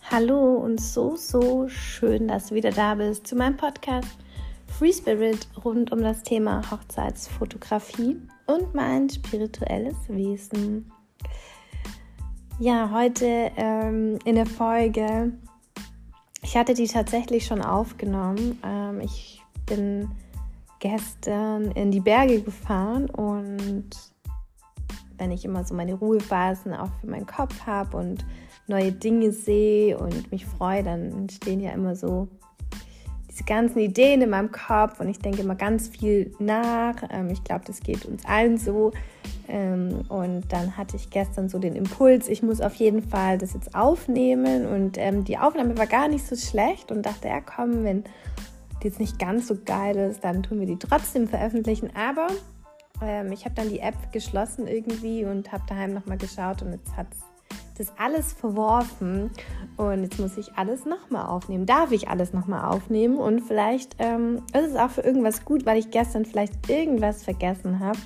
Hallo und so schön, dass du wieder da bist zu meinem Podcast Free Spirit rund um das Thema Hochzeitsfotografie und mein spirituelles Wesen. Ja, heute in der Folge, ich hatte die tatsächlich schon aufgenommen. Ich bin gestern in die Berge gefahren und wenn ich immer so meine Ruhephasen auch für meinen Kopf habe und neue Dinge sehe und mich freue, dann entstehen ja immer so diese ganzen Ideen in meinem Kopf und ich denke immer ganz viel nach. Ich glaube, das geht uns allen so. Und dann hatte ich gestern so den Impuls, ich muss auf jeden Fall das jetzt aufnehmen. Und die Aufnahme war gar nicht so schlecht und dachte, ja komm, wenn die jetzt nicht ganz so geil ist, dann tun wir die trotzdem veröffentlichen. Aber ich habe dann die App geschlossen irgendwie und habe daheim nochmal geschaut und jetzt hat es das alles verworfen und jetzt muss ich alles nochmal aufnehmen. Darf ich alles nochmal aufnehmen und vielleicht ist es auch für irgendwas gut, weil ich gestern vielleicht irgendwas vergessen habe.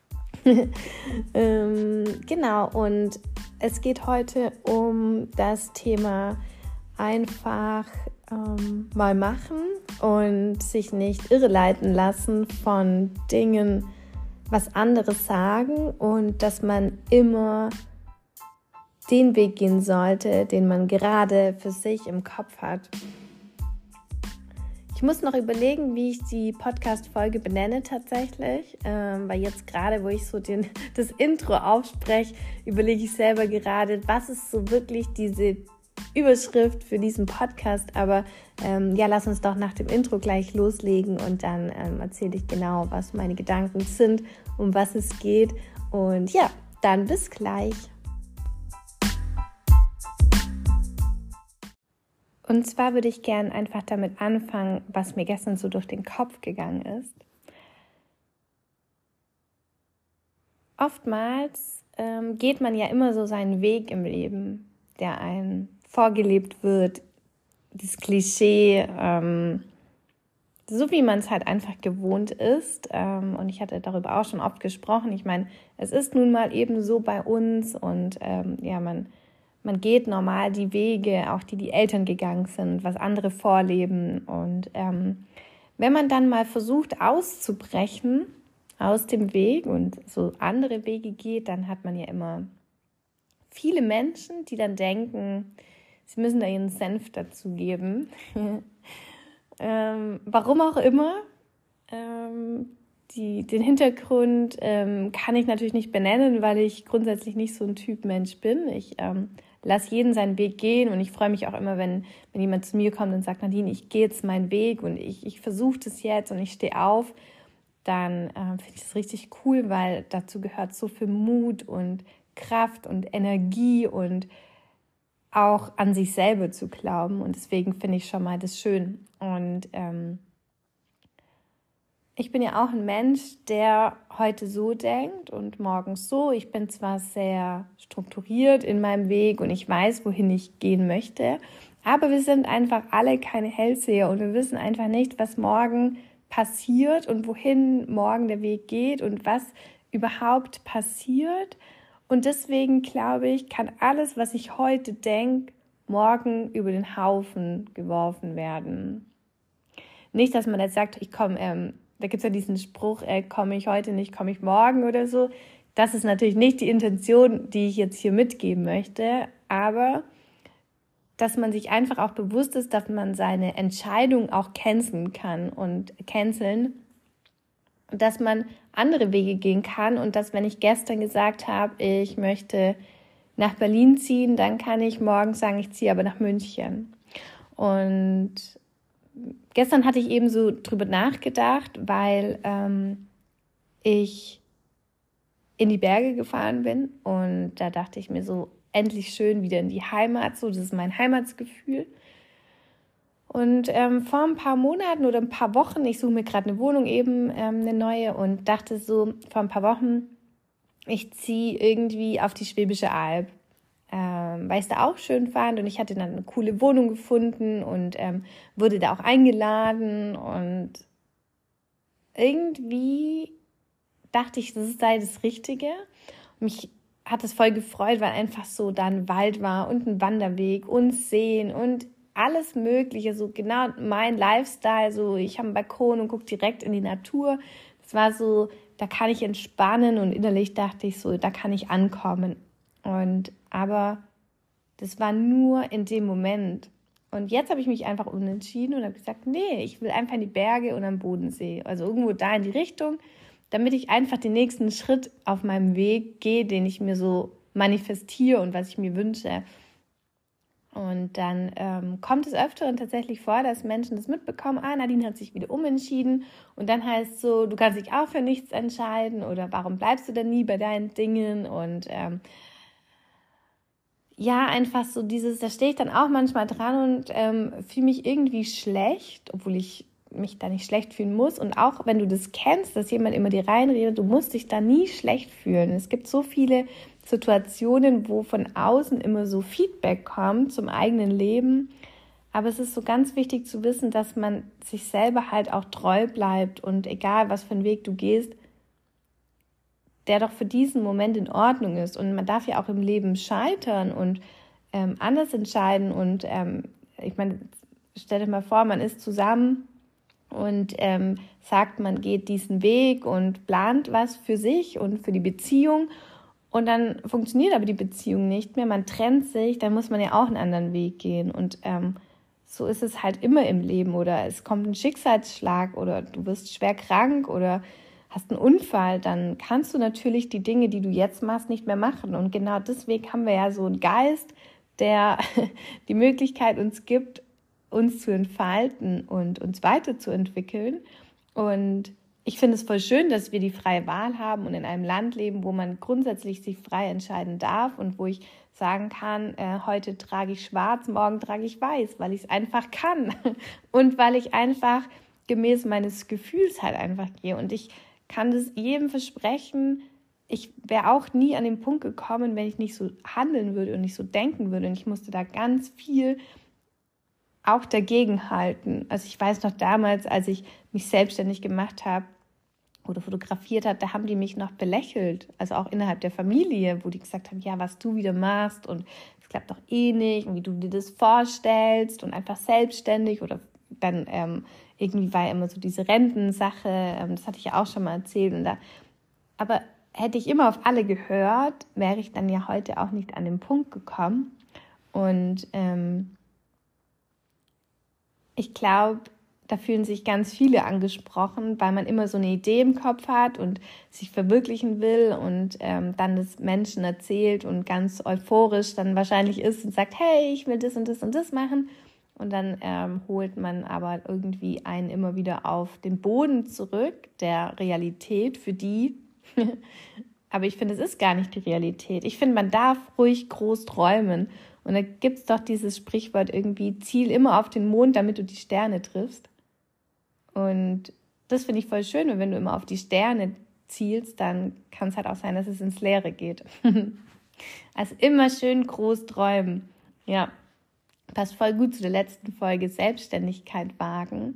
Genau, und es geht heute um das Thema einfach mal machen und sich nicht irreleiten lassen von Dingen, was andere sagen und dass man immer den Weg gehen sollte, den man gerade für sich im Kopf hat. Ich muss noch überlegen, wie ich die Podcast-Folge benenne tatsächlich, weil jetzt gerade, wo ich so das Intro aufspreche, überlege ich selber gerade, was ist so wirklich diese Überschrift für diesen Podcast, aber lass uns doch nach dem Intro gleich loslegen und dann erzähle ich genau, was meine Gedanken sind, um was es geht und ja, dann bis gleich. Und zwar würde ich gerne einfach damit anfangen, was mir gestern so durch den Kopf gegangen ist. Oftmals geht man ja immer so seinen Weg im Leben, der einem vorgelebt wird, das Klischee, so wie man es halt einfach gewohnt ist. Und ich hatte darüber auch schon oft gesprochen. Ich meine, es ist nun mal eben so bei uns und man geht normal die Wege, auch die Eltern gegangen sind, was andere vorleben. Und wenn man dann mal versucht auszubrechen aus dem Weg und so andere Wege geht, dann hat man ja immer viele Menschen, die dann denken, sie müssen da ihren Senf dazugeben. Warum auch immer. Den Hintergrund kann ich natürlich nicht benennen, weil ich grundsätzlich nicht so ein Typ Mensch bin. Ich lasse jeden seinen Weg gehen und ich freue mich auch immer, wenn jemand zu mir kommt und sagt, Nadine, ich gehe jetzt meinen Weg und ich versuche das jetzt und ich stehe auf, dann finde ich das richtig cool, weil dazu gehört so viel Mut und Kraft und Energie und auch an sich selber zu glauben und deswegen finde ich schon mal das schön und ich bin ja auch ein Mensch, der heute so denkt und morgen so. Ich bin zwar sehr strukturiert in meinem Weg und ich weiß, wohin ich gehen möchte, aber wir sind einfach alle keine Hellseher und wir wissen einfach nicht, was morgen passiert und wohin morgen der Weg geht und was überhaupt passiert. Und deswegen glaube ich, kann alles, was ich heute denke, morgen über den Haufen geworfen werden. Nicht, dass man jetzt sagt, ich komme... Da gibt es ja diesen Spruch, komme ich heute nicht, komme ich morgen oder so. Das ist natürlich nicht die Intention, die ich jetzt hier mitgeben möchte, aber dass man sich einfach auch bewusst ist, dass man seine Entscheidung auch canceln kann und dass man andere Wege gehen kann und dass, wenn ich gestern gesagt habe, ich möchte nach Berlin ziehen, dann kann ich morgen sagen, ich ziehe aber nach München. Und gestern hatte ich eben so drüber nachgedacht, weil ich in die Berge gefahren bin und da dachte ich mir so, endlich schön wieder in die Heimat, so das ist mein Heimatsgefühl. Und vor ein paar Monaten oder ein paar Wochen, ich suche mir gerade eine Wohnung eben, eine neue und dachte so vor ein paar Wochen, ich ziehe irgendwie auf die Schwäbische Alb. Weil ich es da auch schön fand und ich hatte dann eine coole Wohnung gefunden und wurde da auch eingeladen und irgendwie dachte ich, das sei das Richtige. Und mich hat es voll gefreut, weil einfach so da ein Wald war und ein Wanderweg und Seen und alles Mögliche, so genau mein Lifestyle, so ich habe einen Balkon und gucke direkt in die Natur. Das war so, da kann ich entspannen und innerlich dachte ich so, da kann ich ankommen. Aber das war nur in dem Moment. Und jetzt habe ich mich einfach umentschieden und habe gesagt, nee, ich will einfach in die Berge und am Bodensee. Also irgendwo da in die Richtung, damit ich einfach den nächsten Schritt auf meinem Weg gehe, den ich mir so manifestiere und was ich mir wünsche. Und dann kommt es Öfteren tatsächlich vor, dass Menschen das mitbekommen, Nadine hat sich wieder umentschieden. Und dann heißt es so, du kannst dich auch für nichts entscheiden oder warum bleibst du denn nie bei deinen Dingen? Und einfach so da stehe ich dann auch manchmal dran und fühle mich irgendwie schlecht, obwohl ich mich da nicht schlecht fühlen muss. Und auch wenn du das kennst, dass jemand immer dir reinredet, du musst dich da nie schlecht fühlen. Es gibt so viele Situationen, wo von außen immer so Feedback kommt zum eigenen Leben. Aber es ist so ganz wichtig zu wissen, dass man sich selber halt auch treu bleibt und egal, was für einen Weg du gehst, der doch für diesen Moment in Ordnung ist. Und man darf ja auch im Leben scheitern und anders entscheiden. Und ich meine, stell dir mal vor, man ist zusammen und sagt, man geht diesen Weg und plant was für sich und für die Beziehung. Und dann funktioniert aber die Beziehung nicht mehr, man trennt sich, dann muss man ja auch einen anderen Weg gehen. Und so ist es halt immer im Leben. Oder es kommt ein Schicksalsschlag oder du wirst schwer krank oder hast einen Unfall, dann kannst du natürlich die Dinge, die du jetzt machst, nicht mehr machen. Und genau deswegen haben wir ja so einen Geist, der die Möglichkeit uns gibt, uns zu entfalten und uns weiterzuentwickeln. Und ich finde es voll schön, dass wir die freie Wahl haben und in einem Land leben, wo man grundsätzlich sich frei entscheiden darf und wo ich sagen kann, heute trage ich schwarz, morgen trage ich weiß, weil ich es einfach kann und weil ich einfach gemäß meines Gefühls halt einfach gehe. Und ich kann das jedem versprechen, ich wäre auch nie an den Punkt gekommen, wenn ich nicht so handeln würde und nicht so denken würde. Und ich musste da ganz viel auch dagegen halten. Also ich weiß noch damals, als ich mich selbstständig gemacht habe oder fotografiert habe, da haben die mich noch belächelt. Also auch innerhalb der Familie, wo die gesagt haben, ja, was du wieder machst und es klappt doch eh nicht und wie du dir das vorstellst und einfach selbstständig oder dann irgendwie war ja immer so diese Rentensache, das hatte ich ja auch schon mal erzählt. Aber hätte ich immer auf alle gehört, wäre ich dann ja heute auch nicht an den Punkt gekommen. Und ich glaube, da fühlen sich ganz viele angesprochen, weil man immer so eine Idee im Kopf hat und sich verwirklichen will und dann das Menschen erzählt und ganz euphorisch dann wahrscheinlich ist und sagt, hey, ich will das und das und das machen. Und dann holt man aber irgendwie einen immer wieder auf den Boden zurück, der Realität für die. Aber ich finde, es ist gar nicht die Realität. Ich finde, man darf ruhig groß träumen. Und da gibt es doch dieses Sprichwort irgendwie, ziel immer auf den Mond, damit du die Sterne triffst. Und das finde ich voll schön. Und wenn du immer auf die Sterne zielst, dann kann es halt auch sein, dass es ins Leere geht. Also immer schön groß träumen. Ja. Passt voll gut zu der letzten Folge, Selbstständigkeit wagen.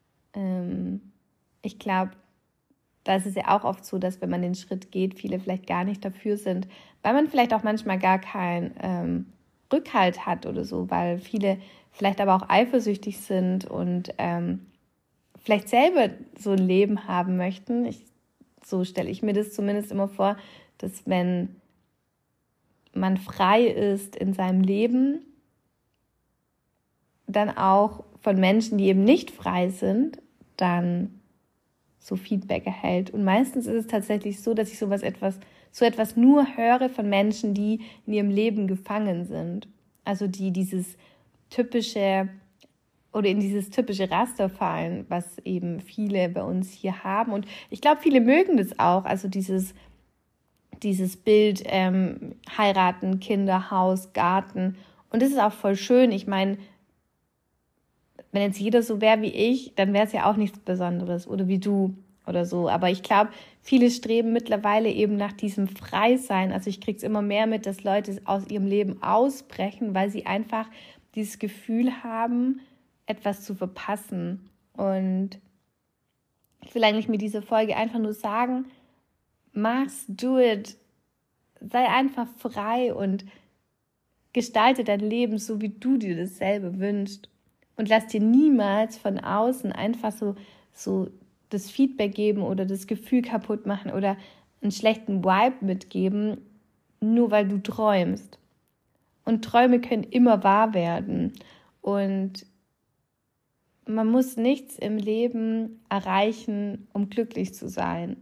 Ich glaube, da ist es ja auch oft so, dass wenn man den Schritt geht, viele vielleicht gar nicht dafür sind, weil man vielleicht auch manchmal gar keinen Rückhalt hat oder so, weil viele vielleicht aber auch eifersüchtig sind und vielleicht selber so ein Leben haben möchten. So stelle ich mir das zumindest immer vor, dass wenn man frei ist in seinem Leben, dann auch von Menschen, die eben nicht frei sind, dann so Feedback erhält. Und meistens ist es tatsächlich so, dass ich so etwas nur höre von Menschen, die in ihrem Leben gefangen sind. Also die in dieses typische Raster fallen, was eben viele bei uns hier haben. Und ich glaube, viele mögen das auch. Also dieses Bild, heiraten, Kinder, Haus, Garten. Und das ist auch voll schön. Ich meine, wenn jetzt jeder so wäre wie ich, dann wäre es ja auch nichts Besonderes oder wie du oder so. Aber ich glaube, viele streben mittlerweile eben nach diesem Freisein. Also ich kriege es immer mehr mit, dass Leute aus ihrem Leben ausbrechen, weil sie einfach dieses Gefühl haben, etwas zu verpassen. Und ich will eigentlich mit dieser Folge einfach nur sagen, mach's, do it, sei einfach frei und gestalte dein Leben so, wie du dir dasselbe wünschst. Und lass dir niemals von außen einfach so das Feedback geben oder das Gefühl kaputt machen oder einen schlechten Vibe mitgeben, nur weil du träumst. Und Träume können immer wahr werden. Und man muss nichts im Leben erreichen, um glücklich zu sein.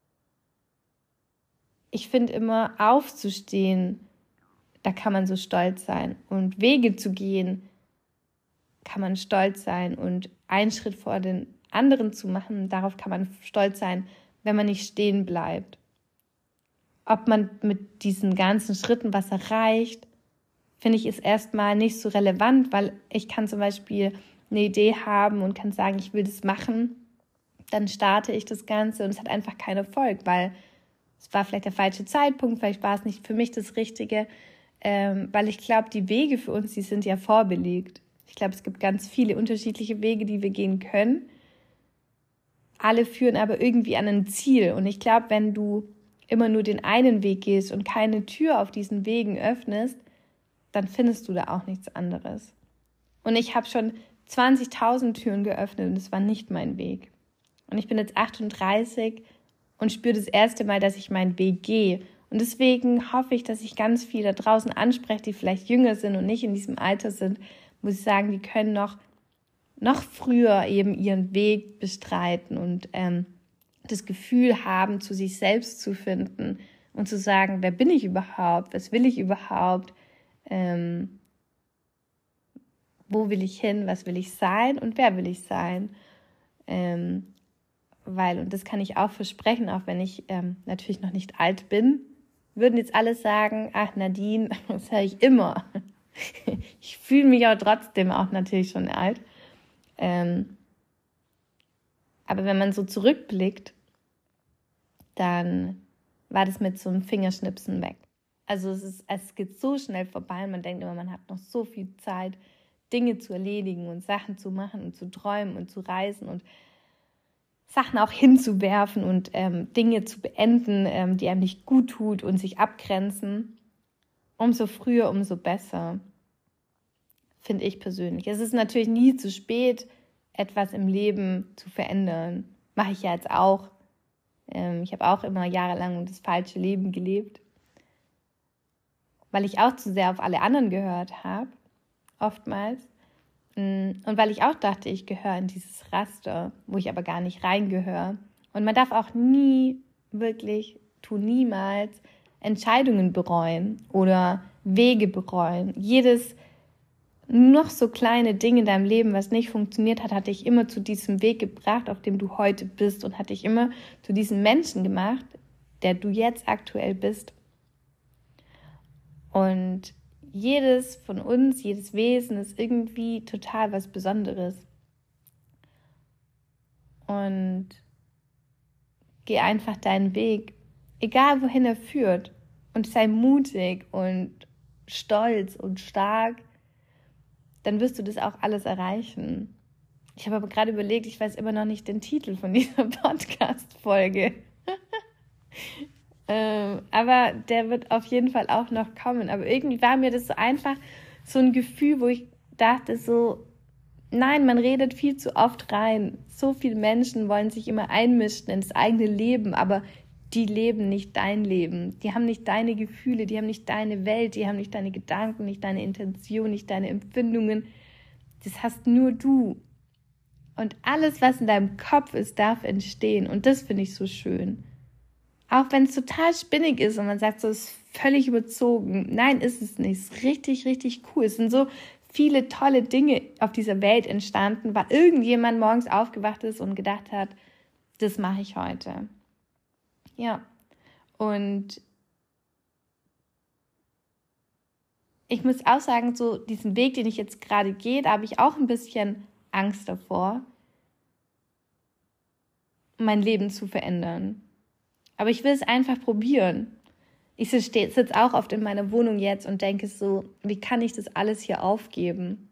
Ich finde immer, aufzustehen, da kann man so stolz sein. Und Wege zu gehen, kann man stolz sein. Und einen Schritt vor den anderen zu machen, darauf kann man stolz sein, wenn man nicht stehen bleibt. Ob man mit diesen ganzen Schritten was erreicht, finde ich, ist erstmal nicht so relevant, weil ich kann zum Beispiel eine Idee haben und kann sagen, ich will das machen. Dann starte ich das Ganze und es hat einfach keinen Erfolg, weil es war vielleicht der falsche Zeitpunkt, vielleicht war es nicht für mich das Richtige, weil ich glaube, die Wege für uns, die sind ja vorbelegt. Ich glaube, es gibt ganz viele unterschiedliche Wege, die wir gehen können. Alle führen aber irgendwie an ein Ziel. Und ich glaube, wenn du immer nur den einen Weg gehst und keine Tür auf diesen Wegen öffnest, dann findest du da auch nichts anderes. Und ich habe schon 20.000 Türen geöffnet und es war nicht mein Weg. Und ich bin jetzt 38 und spüre das erste Mal, dass ich meinen Weg gehe. Und deswegen hoffe ich, dass ich ganz viele da draußen anspreche, die vielleicht jünger sind und nicht in diesem Alter sind, muss ich sagen, die können noch früher eben ihren Weg bestreiten und das Gefühl haben, zu sich selbst zu finden und zu sagen, wer bin ich überhaupt, was will ich überhaupt, wo will ich hin, was will ich sein und wer will ich sein. Weil, und das kann ich auch versprechen, auch wenn ich natürlich noch nicht alt bin, würden jetzt alle sagen, ach Nadine, das höre ich immer. Ich fühle mich aber trotzdem auch natürlich schon alt. Aber wenn man so zurückblickt, dann war das mit so einem Fingerschnipsen weg. Also es geht so schnell vorbei und man denkt immer, man hat noch so viel Zeit, Dinge zu erledigen und Sachen zu machen und zu träumen und zu reisen und Sachen auch hinzuwerfen und Dinge zu beenden, die einem nicht gut tut und sich abgrenzen. Umso früher, umso besser, finde ich persönlich. Es ist natürlich nie zu spät, etwas im Leben zu verändern. Mache ich ja jetzt auch. Ich habe auch immer jahrelang das falsche Leben gelebt, weil ich auch zu sehr auf alle anderen gehört habe, oftmals. Und weil ich auch dachte, ich gehöre in dieses Raster, wo ich aber gar nicht reingehöre. Und man darf auch niemals Entscheidungen bereuen oder Wege bereuen. Jedes noch so kleine Ding in deinem Leben, was nicht funktioniert hat, hat dich immer zu diesem Weg gebracht, auf dem du heute bist und hat dich immer zu diesem Menschen gemacht, der du jetzt aktuell bist. Und jedes von uns, jedes Wesen ist irgendwie total was Besonderes. Und geh einfach deinen Weg, egal wohin er führt. Und sei mutig und stolz und stark. Dann wirst du das auch alles erreichen. Ich habe aber gerade überlegt, ich weiß immer noch nicht den Titel von dieser Podcast-Folge. Aber der wird auf jeden Fall auch noch kommen. Aber irgendwie war mir das so einfach so ein Gefühl, wo ich dachte so, nein, man redet viel zu oft rein. So viele Menschen wollen sich immer einmischen ins eigene Leben, aber die leben nicht dein Leben. Die haben nicht deine Gefühle, die haben nicht deine Welt, die haben nicht deine Gedanken, nicht deine Intention, nicht deine Empfindungen. Das hast nur du. Und alles, was in deinem Kopf ist, darf entstehen. Und das finde ich so schön. Auch wenn es total spinnig ist und man sagt, so ist völlig überzogen. Nein, ist es nicht. Es ist richtig, richtig cool. Es sind so viele tolle Dinge auf dieser Welt entstanden, weil irgendjemand morgens aufgewacht ist und gedacht hat, das mache ich heute. Ja, und ich muss auch sagen, so diesen Weg, den ich jetzt gerade gehe, da habe ich auch ein bisschen Angst davor, mein Leben zu verändern. Aber ich will es einfach probieren. Ich sitze auch oft in meiner Wohnung jetzt und denke so, wie kann ich das alles hier aufgeben?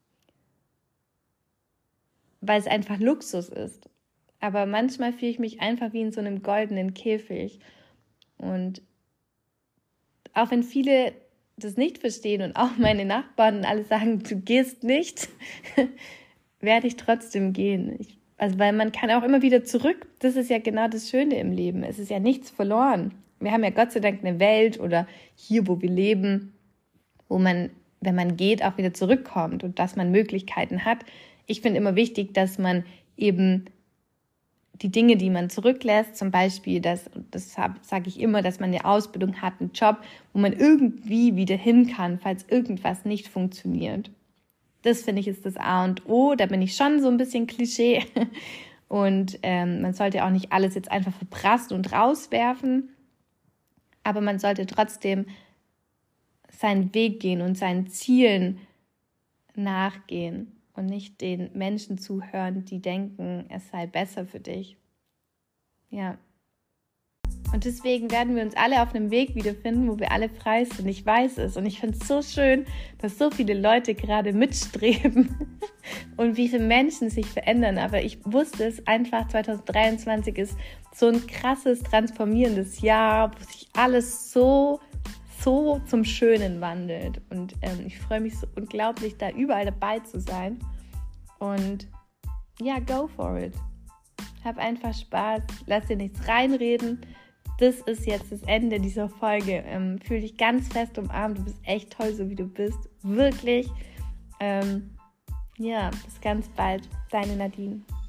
Weil es einfach Luxus ist. Aber manchmal fühle ich mich einfach wie in so einem goldenen Käfig. Und auch wenn viele das nicht verstehen und auch meine Nachbarn und alle sagen, du gehst nicht, werde ich trotzdem gehen. Weil man kann auch immer wieder zurück. Das ist ja genau das Schöne im Leben. Es ist ja nichts verloren. Wir haben ja Gott sei Dank eine Welt oder hier, wo wir leben, wo man, wenn man geht, auch wieder zurückkommt und dass man Möglichkeiten hat. Ich finde immer wichtig, dass man eben die Dinge, die man zurücklässt, zum Beispiel, das sage ich immer, dass man eine Ausbildung hat, einen Job, wo man irgendwie wieder hin kann, falls irgendwas nicht funktioniert. Das finde ich ist das A und O, da bin ich schon so ein bisschen Klischee. Und man sollte auch nicht alles jetzt einfach verprassen und rauswerfen, aber man sollte trotzdem seinen Weg gehen und seinen Zielen nachgehen. Und nicht den Menschen zuhören, die denken, es sei besser für dich. Ja. Und deswegen werden wir uns alle auf einem Weg wiederfinden, wo wir alle frei sind. Ich weiß es. Und ich finde es so schön, dass so viele Leute gerade mitstreben und wie viele Menschen sich verändern. Aber ich wusste es einfach, 2023 ist so ein krasses, transformierendes Jahr, wo sich alles so zum Schönen wandelt. Und ich freue mich so unglaublich, da überall dabei zu sein. Und ja, go for it. Hab einfach Spaß, lass dir nichts reinreden. Das ist jetzt das Ende dieser Folge. Fühl dich ganz fest umarmt. Du bist echt toll, so wie du bist. Wirklich. Bis ganz bald. Deine Nadine.